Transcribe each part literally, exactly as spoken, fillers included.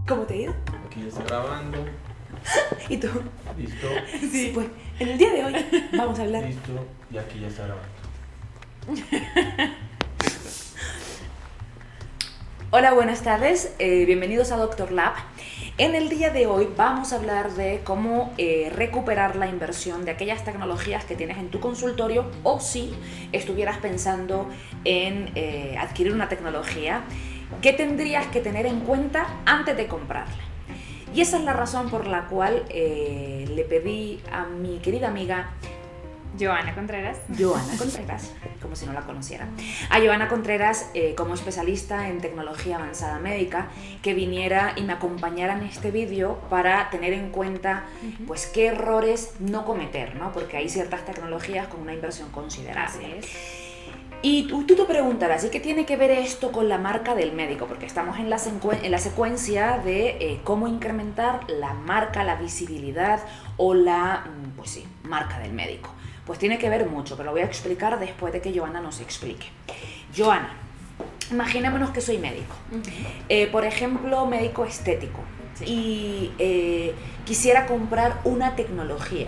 ¿Cómo te ha ido? Aquí ya está grabando. ¿Y tú? Listo. Sí. Pues en el día de hoy vamos a hablar. Listo. Y aquí ya está grabando. Hola, buenas tardes. Eh, bienvenidos a Doctor Lab. En el día de hoy vamos a hablar de cómo eh, recuperar la inversión de aquellas tecnologías que tienes en tu consultorio, o si estuvieras pensando en eh, adquirir una tecnología, ¿qué tendrías que tener en cuenta antes de comprarla? Y esa es la razón por la cual eh, le pedí a mi querida amiga Joana Contreras. Joana Contreras, como si no la conociera. A Joana Contreras eh, como especialista en tecnología avanzada médica, que viniera y me acompañara en este vídeo para tener en cuenta uh-huh. pues qué errores no cometer, ¿no? Porque hay ciertas tecnologías con una inversión considerable. Así es. Y tú, tú te preguntarás, ¿y qué tiene que ver esto con la marca del médico? Porque estamos en la, en la secuencia de eh, cómo incrementar la marca, la visibilidad o la, pues sí, marca del médico. Pues tiene que ver mucho, pero lo voy a explicar después de que Joana nos explique. Joana, imaginémonos que soy médico. Uh-huh. eh, por ejemplo, médico estético. Sí. Y eh, quisiera comprar una tecnología.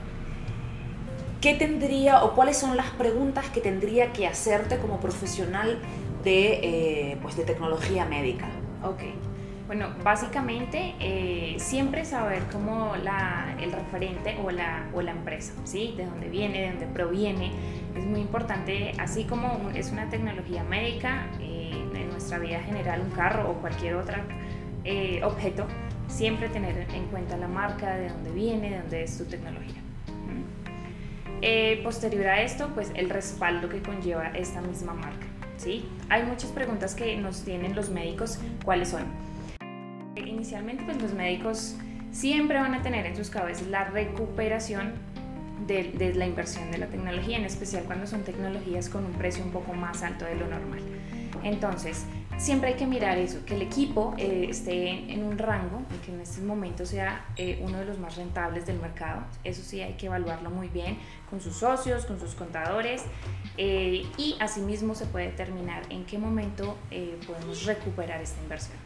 ¿Qué tendría o cuáles son las preguntas que tendría que hacerte como profesional de, eh, pues de tecnología médica? Ok. Bueno, básicamente eh, siempre saber cómo la, el referente o la, o la empresa, ¿sí? De dónde viene, de dónde proviene, es muy importante, así como es una tecnología médica, eh, en nuestra vida general, un carro o cualquier otro eh, objeto, siempre tener en cuenta la marca, de dónde viene, de dónde es tu tecnología. Eh, posterior a esto, pues el respaldo que conlleva esta misma marca, ¿sí? Hay muchas preguntas que nos tienen los médicos, ¿cuáles son? Inicialmente, pues los médicos siempre van a tener en sus cabezas la recuperación de, de la inversión de la tecnología, en especial cuando son tecnologías con un precio un poco más alto de lo normal. Entonces, siempre hay que mirar eso, que el equipo eh, esté en, en un rango y que en este momento sea eh, uno de los más rentables del mercado. Eso sí, hay que evaluarlo muy bien con sus socios, con sus contadores, eh, y asimismo se puede determinar en qué momento eh, podemos recuperar esta inversión.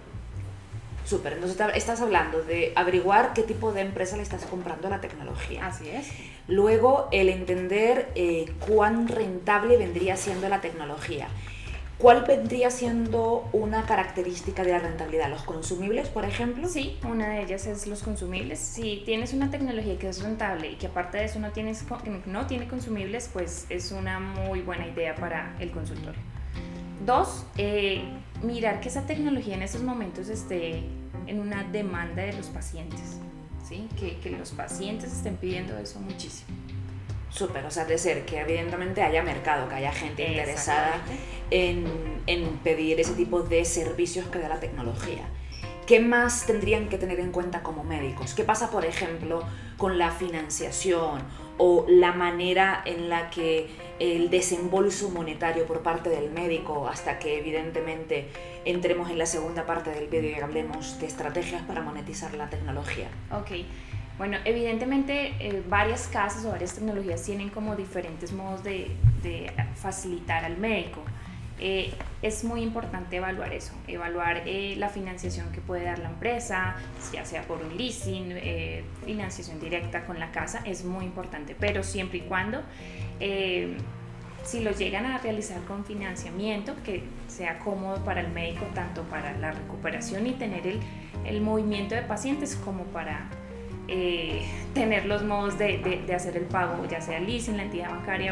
Súper, entonces estás hablando de averiguar qué tipo de empresa le estás comprando la tecnología. Así es. Luego, el entender eh, cuán rentable vendría siendo la tecnología. ¿Cuál vendría siendo una característica de la rentabilidad? ¿Los consumibles, por ejemplo? Sí, una de ellas es los consumibles. Si tienes una tecnología que es rentable y que aparte de eso no, tienes, no tiene consumibles, pues es una muy buena idea para el consultorio. Dos, eh, mirar que esa tecnología en estos momentos esté en una demanda de los pacientes, ¿sí? Que, que los pacientes estén pidiendo eso muchísimo. Súper, o sea, de ser que evidentemente haya mercado, que haya gente interesada en, en pedir ese tipo de servicios que da la tecnología. ¿Qué más tendrían que tener en cuenta como médicos? ¿Qué pasa, por ejemplo, con la financiación o la manera en la que el desembolso monetario por parte del médico, hasta que evidentemente entremos en la segunda parte del vídeo y hablemos de estrategias para monetizar la tecnología? Ok. Bueno, evidentemente eh, varias casas o varias tecnologías tienen como diferentes modos de, de facilitar al médico. Eh, es muy importante evaluar eso, evaluar eh, la financiación que puede dar la empresa, ya sea por un leasing, eh, financiación directa con la casa, es muy importante, pero siempre y cuando eh, si lo llegan a realizar con financiamiento, que sea cómodo para el médico, tanto para la recuperación y tener el, el movimiento de pacientes como para eh, tener los modos de, de, de hacer el pago, ya sea leasing, la entidad bancaria.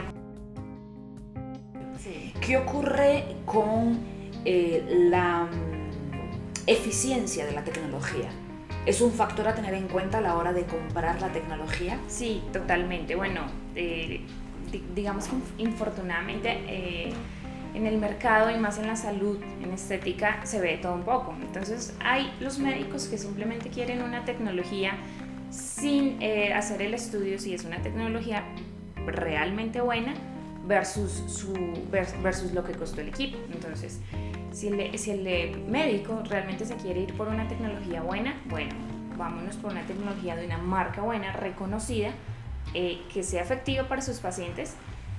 Sí. ¿Qué ocurre con eh, la eficiencia de la tecnología? ¿Es un factor a tener en cuenta a la hora de comprar la tecnología? Sí, totalmente. Bueno, eh, digamos que infortunadamente eh, en el mercado y más en la salud, en estética, se ve todo un poco. Entonces hay los médicos que simplemente quieren una tecnología sin eh, hacer el estudio si es una tecnología realmente buena versus, su, versus lo que costó el equipo. Entonces, si el, si el médico realmente se quiere ir por una tecnología buena, bueno, vámonos por una tecnología de una marca buena, reconocida, eh, que sea efectiva para sus pacientes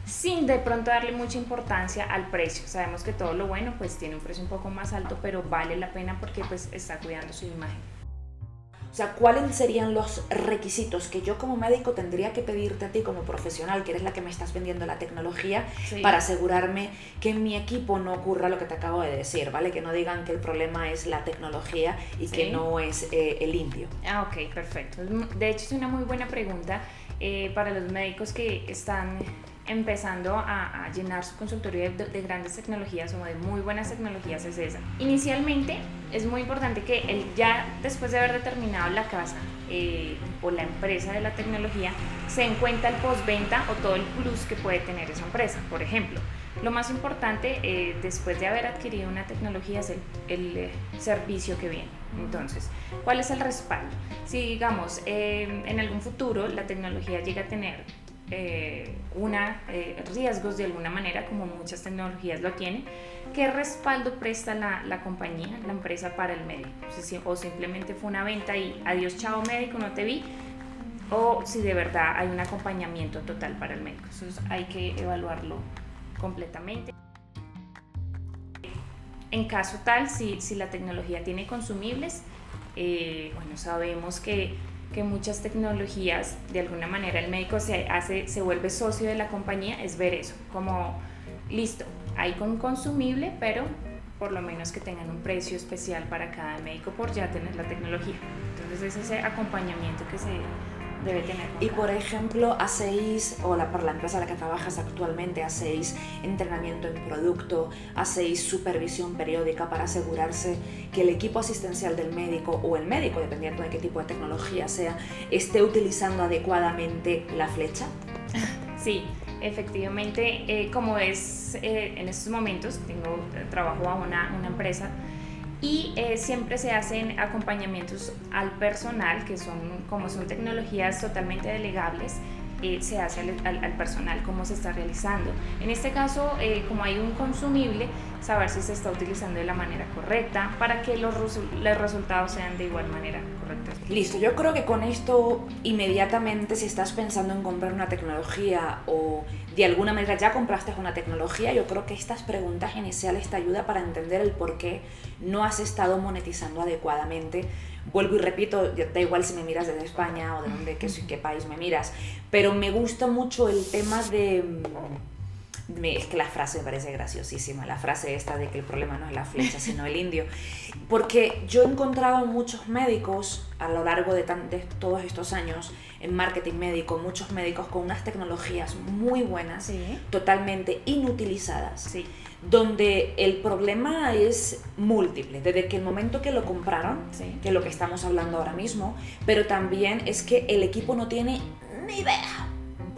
sin de pronto darle mucha importancia al precio. Sabemos que todo lo bueno pues tiene un precio un poco más alto, pero vale la pena porque pues está cuidando su imagen. O sea, ¿cuáles serían los requisitos que yo como médico tendría que pedirte a ti como profesional, que eres la que me estás vendiendo la tecnología, sí, para asegurarme que en mi equipo no ocurra lo que te acabo de decir, ¿vale? Que no digan que el problema es la tecnología y sí, que no es eh, el indio. Ah, ok, perfecto. De hecho, es una muy buena pregunta eh, para los médicos que están empezando a, a llenar su consultorio de, de grandes tecnologías o de muy buenas tecnologías. Es esa. Inicialmente es muy importante que él ya después de haber determinado la casa eh, o la empresa de la tecnología se den cuenta el postventa o todo el plus que puede tener esa empresa. Por ejemplo, lo más importante eh, después de haber adquirido una tecnología es el, el eh, servicio que viene. Entonces, ¿cuál es el respaldo? Si digamos eh, en algún futuro la tecnología llega a tener Eh, una, eh, riesgos de alguna manera, como muchas tecnologías lo tienen, ¿qué respaldo presta la, la compañía, la empresa para el médico? Si, o simplemente fue una venta y adiós, chao médico, no te vi, o si de verdad hay un acompañamiento total para el médico. Entonces hay que evaluarlo completamente. En caso tal, si, si la tecnología tiene consumibles, eh, bueno, sabemos que que muchas tecnologías, de alguna manera el médico se, hace, se vuelve socio de la compañía, es ver eso, como listo, hay con consumible, pero por lo menos que tengan un precio especial para cada médico por ya tener la tecnología. Entonces es ese acompañamiento que se debe tener. Y por ejemplo, hacéis, o la, por la empresa en la que trabajas actualmente, hacéis entrenamiento en producto, hacéis supervisión periódica para asegurarse que el equipo asistencial del médico o el médico, dependiendo de qué tipo de tecnología sea, esté utilizando adecuadamente la flecha. Sí, efectivamente, eh, como es eh, en estos momentos, tengo trabajo a una, una empresa y eh, siempre se hacen acompañamientos al personal, que son, como son tecnologías totalmente delegables, eh, se hace al, al, al personal cómo se está realizando. En este caso, eh, como hay un consumible, saber si se está utilizando de la manera correcta para que los, los resultados sean de igual manera correctos. Listo, yo creo que con esto inmediatamente, si estás pensando en comprar una tecnología o de alguna manera ya compraste una tecnología, yo creo que estas preguntas iniciales te ayudan para entender el por qué no has estado monetizando adecuadamente. Vuelvo y repito, da igual si me miras desde España o de dónde, qué, qué país me miras, pero me gusta mucho el tema de... Me, es que la frase me parece graciosísima, la frase esta de que el problema no es la flecha sino el indio, porque yo he encontrado muchos médicos a lo largo de, tan, de todos estos años en marketing médico, muchos médicos con unas tecnologías muy buenas, sí, totalmente inutilizadas, sí, donde el problema es múltiple, desde que el momento que lo compraron, sí, que es lo que estamos hablando ahora mismo, pero también es que el equipo no tiene ni idea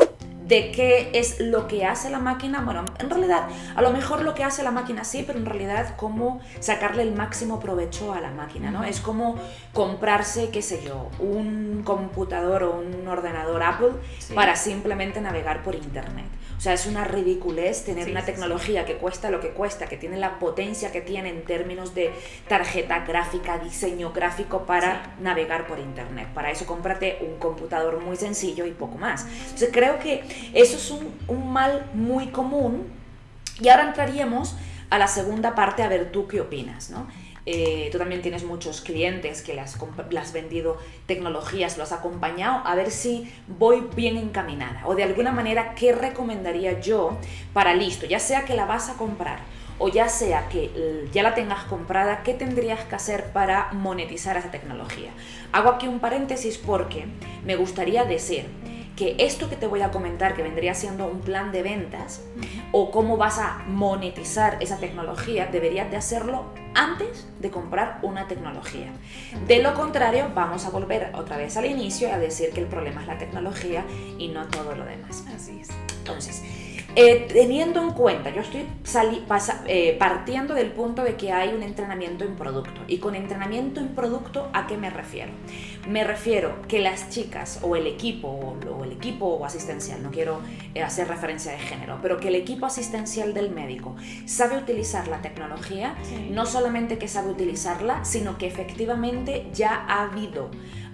de qué es lo que hace la máquina. Bueno, en realidad, a lo mejor lo que hace la máquina sí, pero en realidad cómo sacarle el máximo provecho a la máquina, ¿no? Es como comprarse, qué sé yo, un computador o un ordenador Apple, sí, para simplemente navegar por internet. O sea, es una ridiculez tener sí, una tecnología sí, que cuesta lo que cuesta, que tiene la potencia que tiene en términos de tarjeta gráfica, diseño gráfico para sí, navegar por internet. Para eso cómprate un computador muy sencillo y poco más. Entonces creo que eso es un, un mal muy común. Y ahora entraríamos a la segunda parte, a ver tú qué opinas, ¿no? Eh, tú también tienes muchos clientes que le has, le has vendido tecnologías, lo has acompañado, a ver si voy bien encaminada o de alguna manera qué recomendaría yo para listo, ya sea que la vas a comprar o ya sea que ya la tengas comprada, ¿qué tendrías que hacer para monetizar esa tecnología? Hago aquí un paréntesis porque me gustaría decir que esto que te voy a comentar, que vendría siendo un plan de ventas o cómo vas a monetizar esa tecnología, deberías de hacerlo antes de comprar una tecnología. De lo contrario, vamos a volver otra vez al inicio y a decir que el problema es la tecnología y no todo lo demás. Así es. Entonces, Eh, teniendo en cuenta, yo estoy sali, pasa, eh, partiendo del punto de que hay un entrenamiento en producto. Y con entrenamiento en producto, ¿a qué me refiero? Me refiero que las chicas o el equipo, o, o el equipo asistencial, no quiero eh, hacer referencia de género, pero que el equipo asistencial del médico sabe utilizar la tecnología, sí, no solamente que sabe utilizarla, sino que efectivamente ya ha habido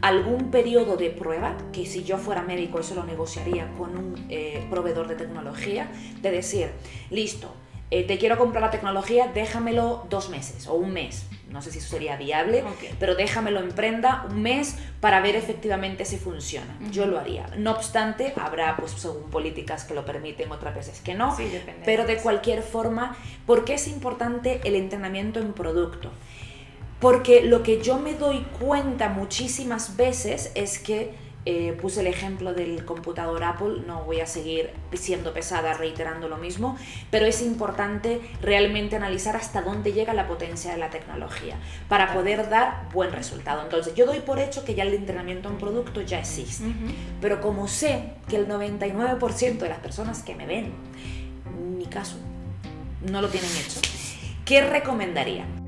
algún periodo de prueba, que si yo fuera médico eso lo negociaría con un eh, proveedor de tecnología, de decir, listo, eh, te quiero comprar la tecnología, déjamelo dos meses o un mes. No sé si eso sería viable, Okay. pero déjamelo en prenda un mes para ver efectivamente si funciona. Uh-huh. Yo lo haría. No obstante, habrá, pues, según políticas que lo permiten, otras veces que no. Sí, depende. Pero de cualquier forma, ¿por qué es importante el entrenamiento en producto? Porque lo que yo me doy cuenta muchísimas veces es que Eh, puse el ejemplo del computador Apple, no voy a seguir siendo pesada reiterando lo mismo, pero es importante realmente analizar hasta dónde llega la potencia de la tecnología para poder dar buen resultado. Entonces yo doy por hecho que ya el entrenamiento en producto ya existe, Uh-huh. pero como sé que el noventa y nueve por ciento de las personas que me ven, ni caso, no lo tienen hecho, ¿qué recomendaría?